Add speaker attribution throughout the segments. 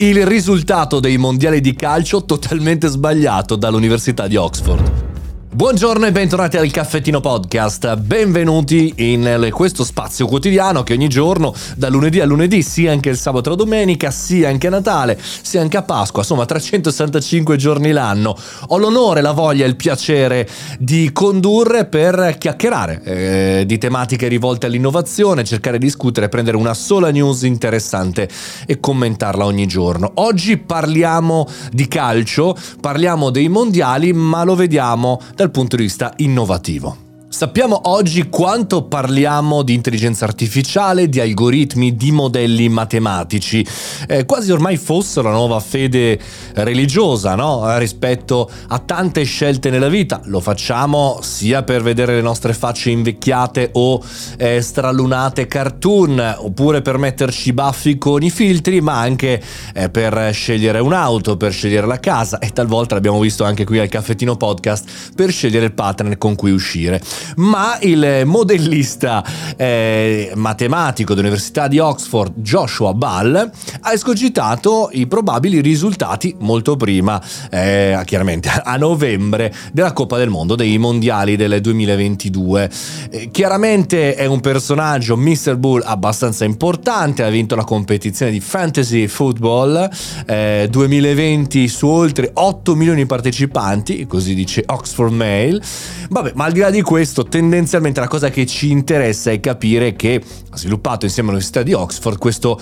Speaker 1: Il risultato dei mondiali di calcio totalmente sbagliato dall'Università di Oxford. Buongiorno e bentornati al Caffettino Podcast, benvenuti in questo spazio quotidiano che ogni giorno, da lunedì a lunedì, sia anche il sabato e la domenica, sia anche a Natale, sia anche a Pasqua, insomma 365 giorni l'anno, ho l'onore, la voglia e il piacere di condurre per chiacchierare di tematiche rivolte all'innovazione, cercare di discutere, prendere una sola news interessante e commentarla ogni giorno. Oggi parliamo di calcio, parliamo dei mondiali, ma lo vediamo dal punto di vista innovativo. Sappiamo oggi quanto parliamo di intelligenza artificiale, di algoritmi, di modelli matematici, quasi ormai fossero la nuova fede religiosa, no? Rispetto a tante scelte nella vita. Lo facciamo sia per vedere le nostre facce invecchiate o stralunate cartoon, oppure per metterci i baffi con i filtri, ma anche per scegliere un'auto, per scegliere la casa e talvolta l'abbiamo visto anche qui al Caffettino Podcast, per scegliere il partner con cui uscire. Ma il modellista matematico dell'Università di Oxford, Joshua Ball, ha escogitato i probabili risultati molto prima, chiaramente a novembre, della Coppa del Mondo, dei mondiali del 2022. Chiaramente è un personaggio, Mr. Bull, abbastanza importante, ha vinto la competizione di Fantasy Football 2020 su oltre 8 milioni di partecipanti, così dice Oxford Mail. Vabbè, ma al di là di questo, tendenzialmente la cosa che ci interessa è capire che ha sviluppato insieme all'Università di Oxford questo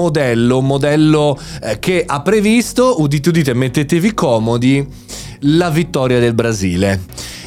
Speaker 1: modello che ha previsto, udite, mettetevi comodi, la vittoria del Brasile,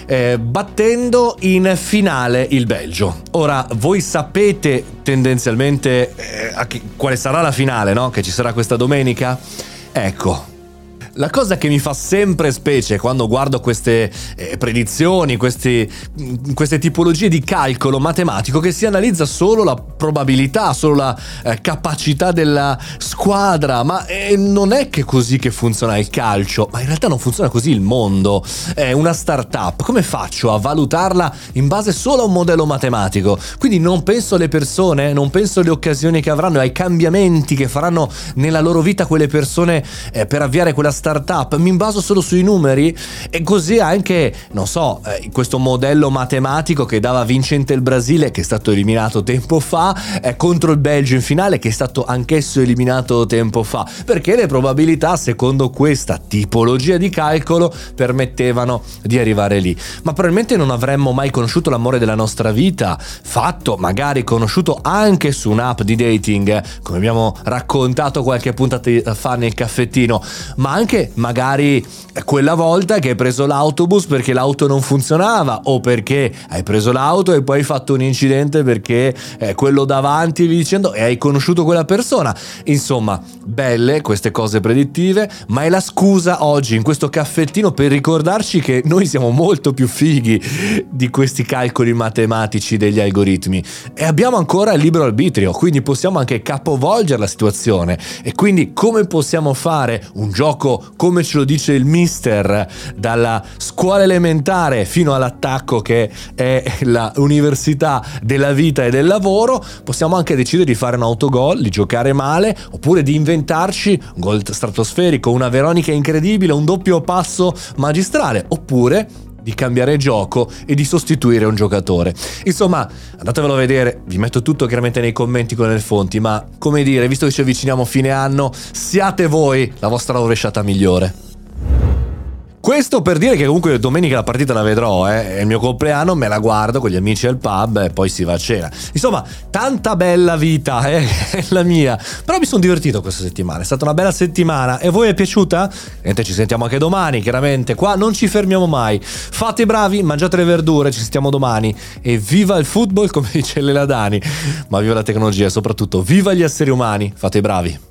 Speaker 1: battendo in finale il Belgio. Ora, voi sapete tendenzialmente quale sarà la finale, no? Che ci sarà questa domenica? Ecco. La cosa che mi fa sempre specie quando guardo queste predizioni, queste tipologie di calcolo matematico, che si analizza solo la probabilità, solo la capacità della squadra, ma non è che così che funziona il calcio, ma in realtà non funziona così il mondo. È una startup, come faccio a valutarla in base solo a un modello matematico? Quindi non penso alle persone, non penso alle occasioni che avranno, ai cambiamenti che faranno nella loro vita quelle persone per avviare quella startup, mi baso solo sui numeri. E così anche, non so, questo modello matematico che dava vincente il Brasile, che è stato eliminato tempo fa, contro il Belgio in finale, che è stato anch'esso eliminato tempo fa, perché le probabilità, secondo questa tipologia di calcolo, permettevano di arrivare lì. Ma probabilmente non avremmo mai conosciuto l'amore della nostra vita, fatto magari conosciuto anche su un'app di dating, come abbiamo raccontato qualche puntata fa nel caffettino, ma anche magari quella volta che hai preso l'autobus perché l'auto non funzionava, o perché hai preso l'auto e poi hai fatto un incidente perché quello davanti, vi dicendo, e hai conosciuto quella persona. Insomma, belle queste cose predittive, ma è la scusa oggi in questo caffettino per ricordarci che noi siamo molto più fighi di questi calcoli matematici degli algoritmi e abbiamo ancora il libero arbitrio, quindi possiamo anche capovolgere la situazione. E quindi come possiamo fare un gioco come ce lo dice il mister, dalla scuola elementare fino all'attacco che è la università della vita e del lavoro? Possiamo anche decidere di fare un autogol, di giocare male, oppure di inventarci un gol stratosferico, una Veronica incredibile, un doppio passo magistrale, oppure di cambiare gioco e di sostituire un giocatore. Insomma, andatevelo a vedere, vi metto tutto chiaramente nei commenti con le fonti, ma come dire, visto che ci avviciniamo a fine anno, siate voi la vostra rovesciata migliore. Questo per dire che comunque domenica la partita la vedrò, è il mio compleanno, me la guardo con gli amici al pub e poi si va a cena. Insomma, tanta bella vita, è la mia. Però mi sono divertito questa settimana, è stata una bella settimana. E voi è piaciuta? Niente, ci sentiamo anche domani, chiaramente. Qua non ci fermiamo mai. Fate i bravi, mangiate le verdure, ci sentiamo domani. E viva il football, come dice Lela Dani. Ma viva la tecnologia e soprattutto viva gli esseri umani. Fate i bravi.